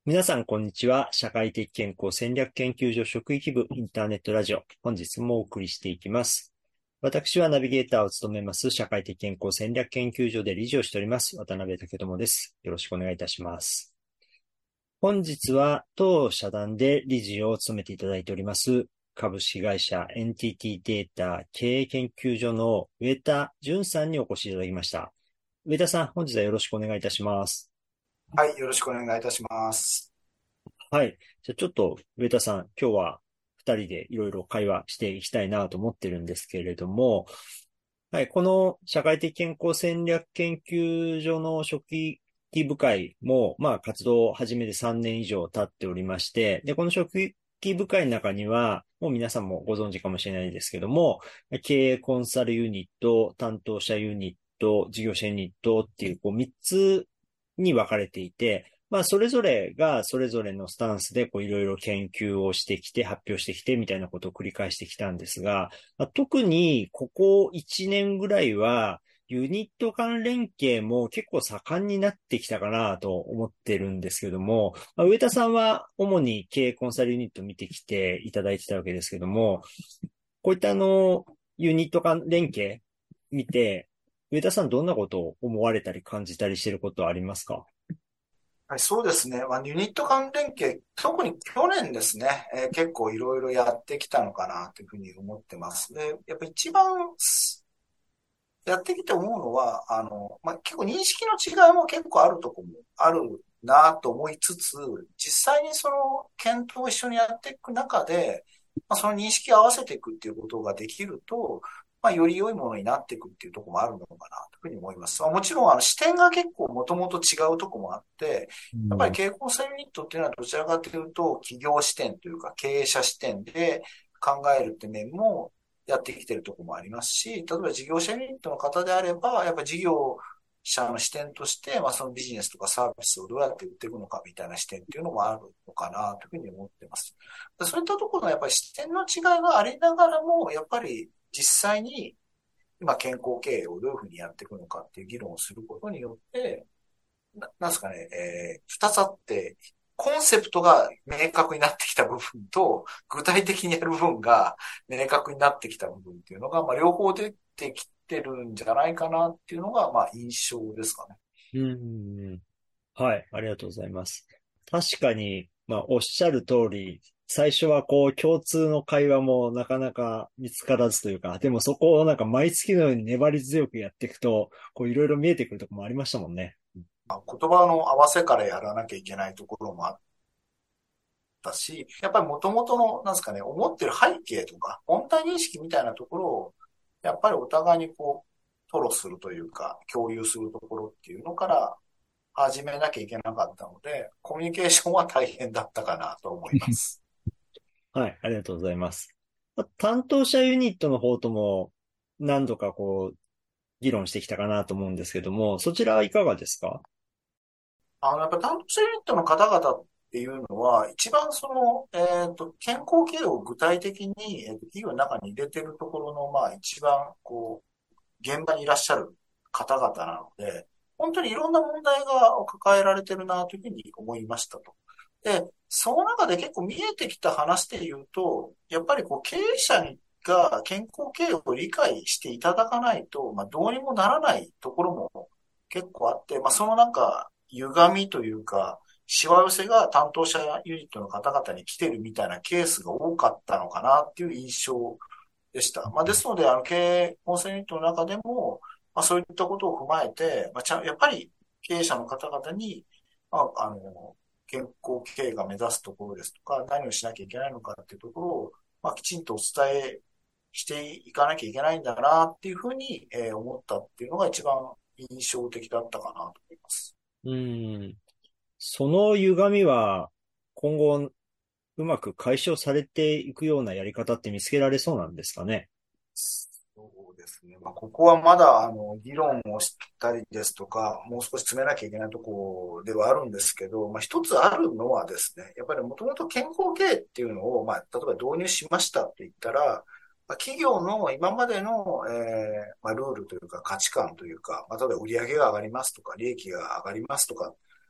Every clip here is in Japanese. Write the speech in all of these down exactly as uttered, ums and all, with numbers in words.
皆さん、こんにちは。社会的健康戦略研究所職域部インターネットラジオ。本日もお送りしていきます。私はナビゲーターを務めます、社会的健康戦略研究所で理事をしております、渡辺武智です。よろしくお願いいたします。本日は、当社団で理事を務めていただいております、株式会社エヌティーティー データ経営研究所の上田淳さんにお越しいただきました。上田さん、本日はよろしくお願いいたします。 はい、よろしくお願いいたします。 はい。じゃあちょっと、上田さん、今日は二人でいろいろ会話していきたいなと思ってるんですけれども、はい。この社会的健康戦略研究所の初期部会も、まあ、活動を始めてさんねん以上経っておりまして、で、この初期部会の中には、もう皆さんもご存知かもしれないですけども、経営コンサルユニット、担当者ユニット、事業者ユニットっていう、こう、みっつに分かれていて、まあ、それぞれがそれぞれのスタンスで、こう、いろいろ研究をしてきて、発表してきて、みたいなことを繰り返してきたんですが、まあ、特にここいちねんぐらいは、ユニット間連携も結構盛んになってきたかなと思ってるんですけども、まあ、上田さんは主に経営コンサルユニットを見てきていただいてたわけですけども、こういったあの、ユニット間連携見て、上田さんどんなことを思われたり感じたりしてることはありますか？ はい、そうですね。まあ、ユニット間連携、特に去年ですね、えー結構いろいろやってきたのかなというふうに思ってます。で、やっぱ一番すやってきて思うのは、あの、まあ、結構認識の違いも結構あるところもあるなと思いつつ、実際にその検討を一緒にやっていく中で、まあ、その認識を合わせていくっていうことができると、まあ、より良いものになっていくっていうところもあるのかなというふうに思います。まあ、もちろん、あの、視点が結構もともと違うところもあって、やっぱりうん。 経営コンサルユニットっていうのはどちらかというと、企業視点というか経営者視点で考えるって面もやってきてるところもありますし、例えば事業者ユニットの方であれば、やっぱり事業者の視点として、まあ、そのビジネスとかサービスをどうやって売っていくのかみたいな視点っていうのもあるのかなというふうに思ってます。そういったところのやっぱり視点の違いがありながらも、やっぱり実際に今健康経営をどういうふうにやっていくのかっていう議論をすることによって、ななんですかね、えー、二つあって、コンセプトが明確になってきた部分と、具体的にやる部分が明確になってきた部分っていうのが、まあ、両方出てきてるんじゃないかなっていうのが、まあ、印象ですかね。 うん。はい、ありがとうございます。確かに、まあ、おっしゃる通り、最初はこう、共通の会話もなかなか見つからずというか、でもそこをなんか毎月のように粘り強くやっていくと、こう、いろいろ見えてくるところもありましたもんね。 まあ、言葉の合わせからやらなきゃいけないところもあったし、やっぱり元々の、なんですかね、思ってる背景とか、本体認識みたいなところを、やっぱりお互いにこう、吐露するというか、共有するところっていうのから始めなきゃいけなかったので、コミュニケーションは大変だったかなと思います。 はい、ありがとうございます。まあ担当者ユニットの方とも何度かこう、議論してきたかなと思うんですけども、そちらはいかがですか？ あの、やっぱ担当者ユニットの方々っていうのは、一番その、えっと、健康経営を具体的に、えっと、企業の中に入れてるところの、まあ、一番、こう、現場にいらっしゃる方々なので、本当にいろんな問題が抱えられてるなというふうに思いましたと。で、その中で結構見えてきた話で言うと、やっぱりこう経営者が健康経営を理解していただかないと、まあどうにもならないところも結構あって、まあそのなんか歪みというか、しわ寄せが担当者ユニットの方々に来てるみたいなケースが多かったのかなっていう印象でした。まあですので、あの経営コンサルユニットの中でも、まあそういったことを踏まえて、まあちゃん、やっぱり経営者の方々に、まあ、あの、健康経営が目指すところですとか、何をしなきゃいけないのかっていうところを、まあ、きちんとお伝えしていかなきゃいけないんだなっていうふうに、えー思ったっていうのが一番印象的だったかなと思います。 うん。その歪みは今後うまく解消されていくようなやり方って見つけられそうなんですかね。 そうですね。まあ、ここはまだ、あの、議論をしたりですとか、もう少し詰めなきゃいけないところではあるんですけど、まあ、一つあるのはですね、やっぱりもともと健康経営っていうのを、まあ、例えば導入しましたって言ったら、まあ、企業の今までの、えーまあ、ルールというか価値観というか、まあ、例えば売上が上がりますとか、利益が上がりますとか、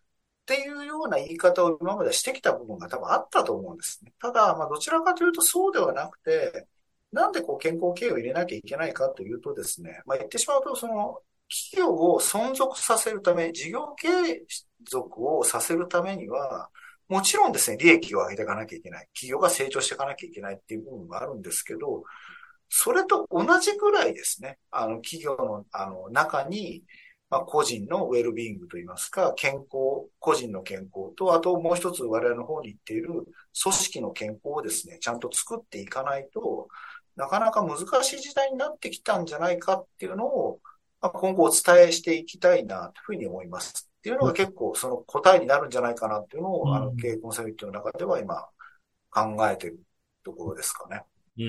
っていうような言い方を今までしてきた部分が多分あったと思うんですね。ただ、まあ、どちらかというとそうではなくて、なんでこう健康経営を入れなきゃいけないかというとですね、まあ、言ってしまうと、その、企業を存続させるため、事業継続をさせるためには、もちろんですね、利益を上げていかなきゃいけない。企業が成長していかなきゃいけないっていう部分があるんですけど、それと同じぐらいですね、あの、企業の、あの、中に、まあ、個人のウェルビーイングといいますか、健康、個人の健康と、あともう一つ我々の方に言っている組織の健康をですね、ちゃんと作っていかないと、なかなか難しい時代になってきたんじゃないかっていうのを、まあ、今後お伝えしていきたいなというふうに思います。っていうのが結構その答えになるんじゃないかなっていうのを、あの、経営コンサルティングの中では今考えているところですかね。 うん。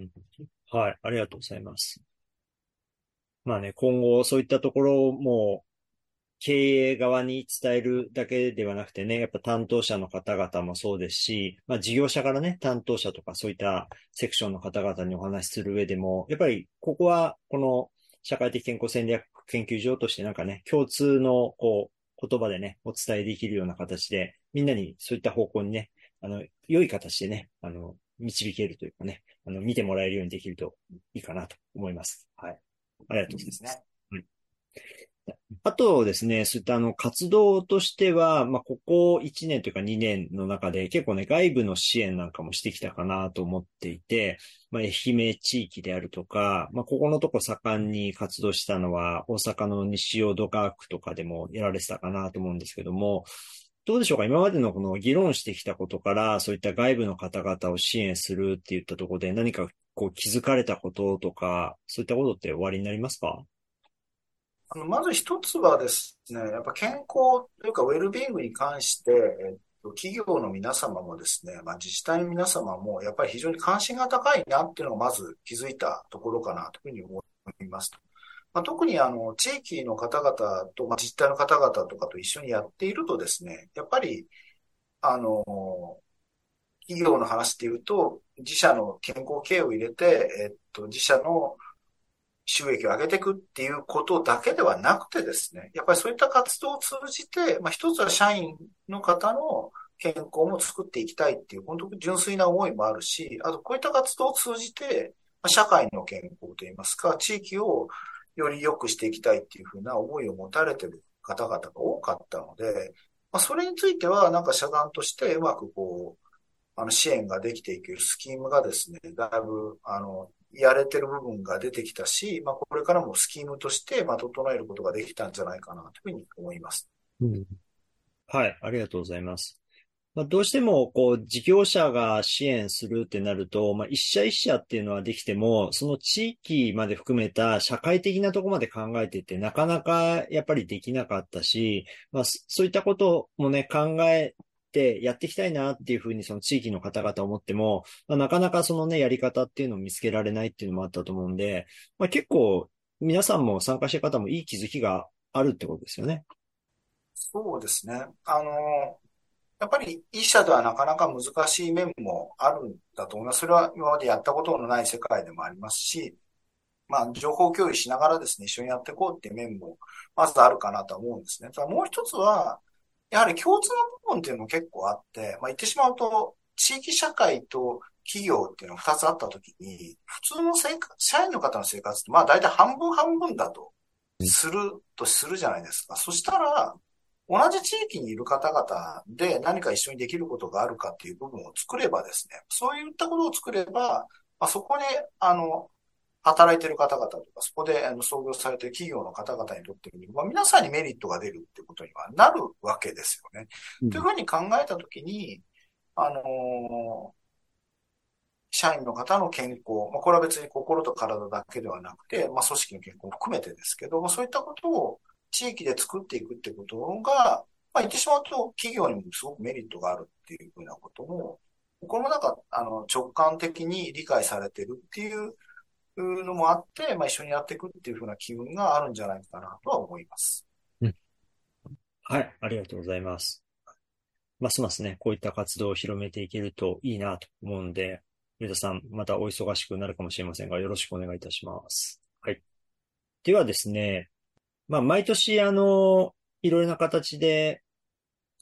はい。ありがとうございます。まあね、今後そういったところも経営側に伝えるだけではなくてね、やっぱ担当者の方々もそうですし、まあ事業者からね、担当者とかそういったセクションの方々にお話しする上でも、やっぱりここはこの社会的健康戦略研究所としてなんかね、共通のこう言葉でね、お伝えできるような形で、みんなにそういった方向にね、あの、良い形でね、あの、導けるというかね、あの、見てもらえるようにできるといいかなと思います。はい。ありがとうございます。 いいですね。 はい。あとですね、そういったあの活動としては、まあ、ここいちねんというかにねんの中で結構ね、外部の支援なんかもしてきたかなと思っていて、まあ、愛媛地域であるとか、まあ、ここのとこ盛んに活動したのは、大阪の西淀川区とかでもやられてたかなと思うんですけども、どうでしょうか今までのこの議論してきたことから、そういった外部の方々を支援するっていったところで何かこう気づかれたこととか、そういったことって終わりになりますか？ あの、まず一つはですね、やっぱ健康というかウェルビーイングに関して、えっと、企業の皆様もですね、まあ、自治体の皆様もやっぱり非常に関心が高いなっていうのがまず気づいたところかなというふうに思います。まあ、特にあの、地域の方々と、まあ、自治体の方々とかと一緒にやっているとですね、やっぱり、あの、企業の話っていうと、自社の健康経営を入れて、えっと、自社の収益を上げていくっていうことだけではなくてですね、やっぱりそういった活動を通じて、まあ一つは社員の方の健康も作っていきたいっていう、本当に純粋な思いもあるし、あとこういった活動を通じて、まあ、社会の健康といいますか、地域をより良くしていきたいっていうふうな思いを持たれている方々が多かったので、まあ、それについてはなんか社団としてうまくこう、あの支援ができていけるスキームがですね、だいぶ、あの、やれてる部分が出てきたし、まあ、これからもスキームとして、まあ、整えることができたんじゃないかなというふうに思います。 うん。はい、ありがとうございます。まあ、どうしても、こう、事業者が支援するってなると、まあ、一社一社っていうのはできても、その地域まで含めた社会的なところまで考えてって、なかなかやっぱりできなかったし、まあ、そそういったこともね、考えてやっていきたいなっていうふうにその地域の方々思っても、まあ、なかなかそのね、やり方っていうのを見つけられないっていうのもあったと思うんで、まあ、結構、皆さんも参加してる方もいい気づきがあるってことですよね。 そうですね。あの、やっぱり一社ではなかなか難しい面もあるんだと思います。それは今までやったことのない世界でもありますし、まあ、情報共有しながらですね、一緒にやっていこうっていう面も、まずあるかなと思うんですね。ただもう一つは、やはり共通の部分っていうのも結構あって、まあ、言ってしまうと、地域社会と企業っていうのが二つあったときに、普通の生活、社員の方の生活って、まあ大体半分半分だとするとするじゃないですか。そしたら、同じ地域にいる方々で何か一緒にできることがあるかっていう部分を作ればですね、そういったことを作れば、まあ、そこで、あの、働いている方々とか、そこであの創業されている企業の方々にとってみれば、皆さんにメリットが出るっていうことにはなるわけですよね。といううん。 ふうに考えたときに、あのー社員の方の健康、まあ、これは別に心と体だけではなくて、まあ、組織の健康も含めてですけども、そういったことを地域で作っていくっていうことが、まあ、言ってしまうと企業にもすごくメリットがあるっていうふうなことも、これもなんか、あの、直感的に理解されてるっていうのもあって、まあ、一緒にやっていくっていうふうな機運があるんじゃないかなとは思います。 うん。はい、ありがとうございます。ますますね、こういった活動を広めていけるといいなと思うんで、ゆうたさん、またお忙しくなるかもしれませんが、よろしくお願いいたします。はい。ではですね、まあ、毎年、あの、いろいろな形で、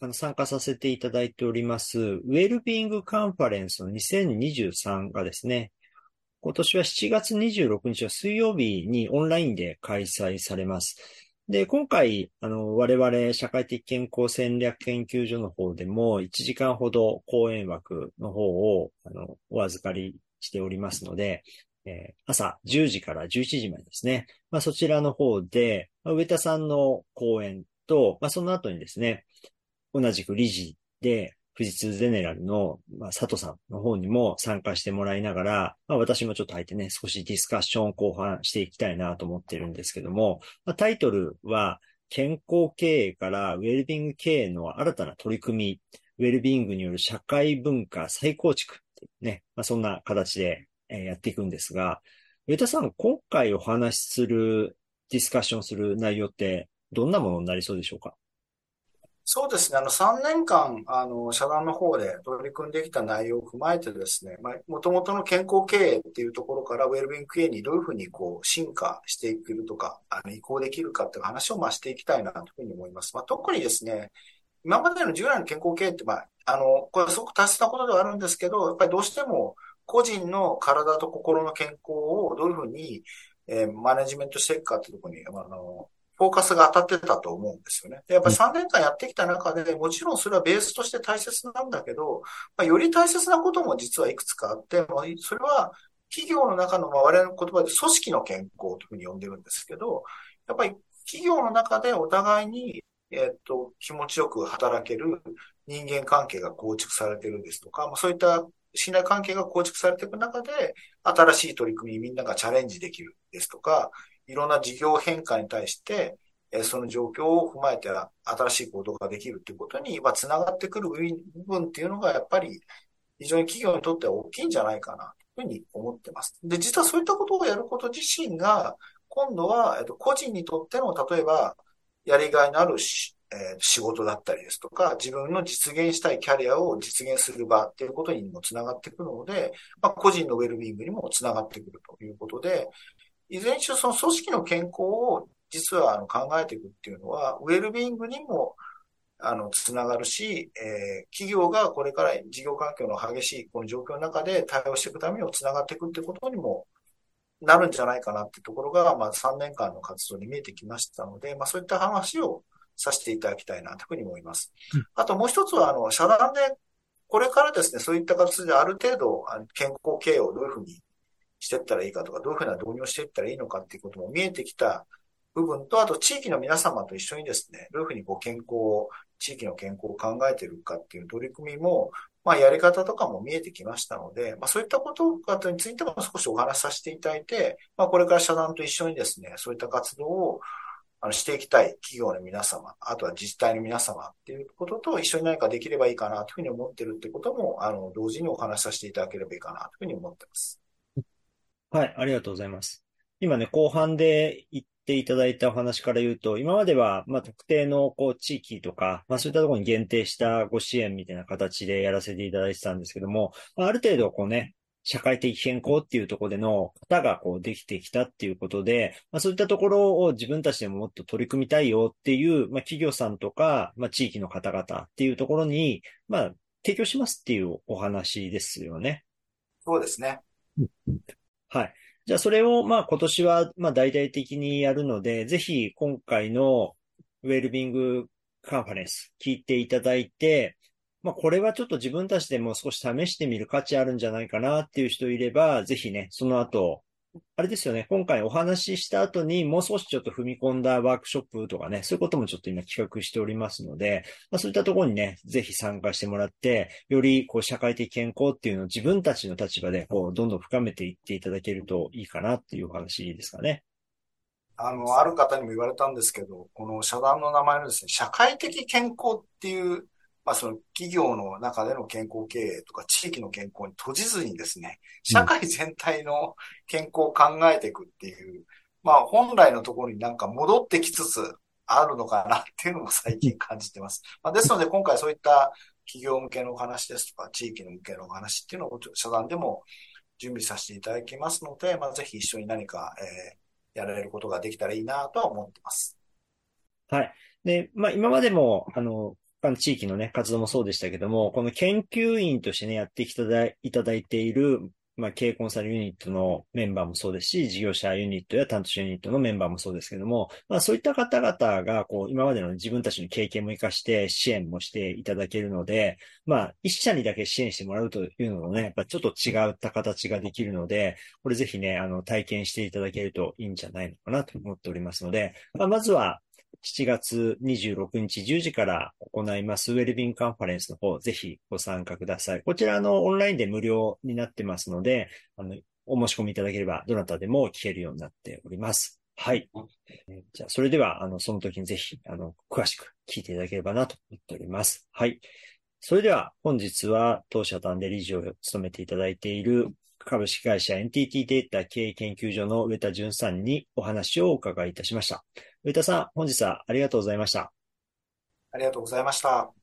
あの参加させていただいております、ウェルビーイングカンファレンスのにせんにじゅうさんがですね、今年はしちがつにじゅうろくにちは水曜日にオンラインで開催されます。で、今回、あの、我々社会的健康戦略研究所の方でもいちじかんほど講演枠の方を、あの、お預かりしておりますので、えー朝じゅうじからじゅういちじまでですね。まあ、そちらの方で、まあ、上田さんの講演と、まあ、その後にですね、同じく理事で、富士通ゼネラルの、まあ、佐藤さんの方にも参加してもらいながら、まあ、私もちょっと入ってね、少しディスカッションを後半していきたいなと思ってるんですけども、まあ、タイトルは、健康経営からウェルビング経営の新たな取り組み、ウェルビングによる社会文化再構築っていうね、まあ、そんな形で、えーやっていくんですが、上田さん、今回お話しする、ディスカッションする内容ってどんなものになりそうでしょうか？ そうですね。あの、さんねんかん、あの、社団の方で取り組んできた内容を踏まえてですね、まあ、もともとの健康経営っていうところから、ウェルビング経営にどういうふうにこう、進化していけるとか、あの、移行できるかっていう話を、まあ、していきたいなというふうに思います。まあ、特にですね、今までの従来の健康経営って、まあ、あの、これはすごく大切なことではあるんですけど、やっぱりどうしても、個人の体と心の健康をどういうふうに、えーマネジメントしていくかっていうところに、あの、フォーカスが当たってたと思うんですよね。で、やっぱりさんねんかんやってきた中で、もちろんそれはベースとして大切なんだけど、まあ、より大切なことも実はいくつかあって、まあ、それは企業の中の、まあ、我々の言葉で組織の健康というふうに呼んでるんですけど、やっぱり企業の中でお互いに、えっと、気持ちよく働ける人間関係が構築されてるですとか、まあ、そういった信頼関係が構築されていく中で、新しい取り組みみんながチャレンジできるですとか、いろんな事業変化に対して、その状況を踏まえて新しい行動ができるということに、つながってくる部分っていうのがやっぱり非常に企業にとっては大きいんじゃないかなというふうに思ってます。で、実はそういったことをやること自身が、今度は、えっと、個人にとっての、例えば、やりがいのあるし、えー仕事だったりですとか、自分の実現したいキャリアを実現する場っていうことにもつながってくるので、まあ、個人のウェルビーイングにもつながってくるということで、いずれにしろその組織の健康を実はあの考えていくっていうのは、ウェルビーイングにもあのつながるし、えー、企業がこれから事業環境の激しいこの状況の中で対応していくためにもつながっていくってことにもなるんじゃないかなっていうところが、まあ、さんねんかんの活動に見えてきましたので、まあ、そういった話をさせていただきたいなというふうに思います。あともう一つは、あの、社団でこれからですね、そういった形である程度、健康経営をどういうふうにしていったらいいかとか、どういうふうな導入をしていったらいいのかっていうことも見えてきた部分と、あと地域の皆様と一緒にですね、どういうふうにこう健康を、地域の健康を考えているかっていう取り組みも、まあやり方とかも見えてきましたので、まあそういったことについても少しお話しさせていただいて、まあこれから社団と一緒にですね、そういった活動をあのしていきたい企業の皆様、あとは自治体の皆様っていうことと一緒に何かできればいいかなというふうに思っているってことも、あの、同時にお話しさせていただければいいかなというふうに思っています。 はい、ありがとうございます。今ね、後半で言っていただいたお話から言うと、今までは、まあ、特定の、こう、地域とか、まあ、そういったところに限定したご支援みたいな形でやらせていただいてたんですけども、まあ、ある程度、こうね、社会的健康っていうところでの方が、こう、できてきたっていうことで、まあ、そういったところを自分たちでももっと取り組みたいよっていう、まあ、企業さんとか、まあ、地域の方々っていうところに、まあ、提供しますっていうお話ですよね。 そうですね。 はい。じゃあ、それを、まあ、今年は、まあ、大々的にやるので、ぜひ、今回のウェルビングカンファレンス、聞いていただいて、まあ、これはちょっと自分たちでも少し試してみる価値あるんじゃないかなっていう人いれば、ぜひね、その後、あれですよね、今回お話しした後にもう少しちょっと踏み込んだワークショップとかね、そういうこともちょっと今企画しておりますので、まあ、そういったところにね、ぜひ参加してもらって、よりこう社会的健康っていうのを自分たちの立場でこうどんどん深めていっていただけるといいかなっていうお話ですかね。 あの、ある方にも言われたんですけど、この社団の名前のですね、社会的健康っていう、まあその企業の中での健康経営とか地域の健康に閉じずにですね、社うん。 会全体の健康を考えていくっていう、まあ本来のところになんか戻ってきつつあるのかなっていうのも最近感じてます。まあ、ですので今回そういった企業向けのお話ですとか、地域の向けのお話っていうのを社団でも準備させていただきますので、まあ、ぜひ一緒に何か、えーやられることができたらいいなとは思ってます。 はい。で、まあ今までも、あの、 他の地域のね、活動もそうでしたけども、この研究員としてね、やっていただいいただいている、まあ、経営コンサルユニットのメンバーもそうですし、事業者ユニットや担当者ユニットのメンバーもそうですけども、まあ、そういった方々が、こう、今までの自分たちの経験も活かして支援もしていただけるので、まあ、一社にだけ支援してもらうというのもね、やっぱちょっと違った形ができるので、これぜひね、あの、体験していただけるといいんじゃないのかなと思っておりますので、まあ、まずは、しちがつにじゅうろくにちじゅうじから行いますウェルビンカンファレンスの方、ぜひご参加ください。こちらのオンラインで無料になってますので、あの、お申し込みいただければ、どなたでも聞けるようになっております。はい。えじゃあ、それでは、あの、その時にぜひ、あの、詳しく聞いていただければなと思っております。はい。それでは、本日は、当社単で理事を務めていただいている、株式会社 エヌティーティー データ経営研究所の上田淳さんにお話をお伺いいたしました。上田さん、本日はありがとうございました。 ありがとうございました。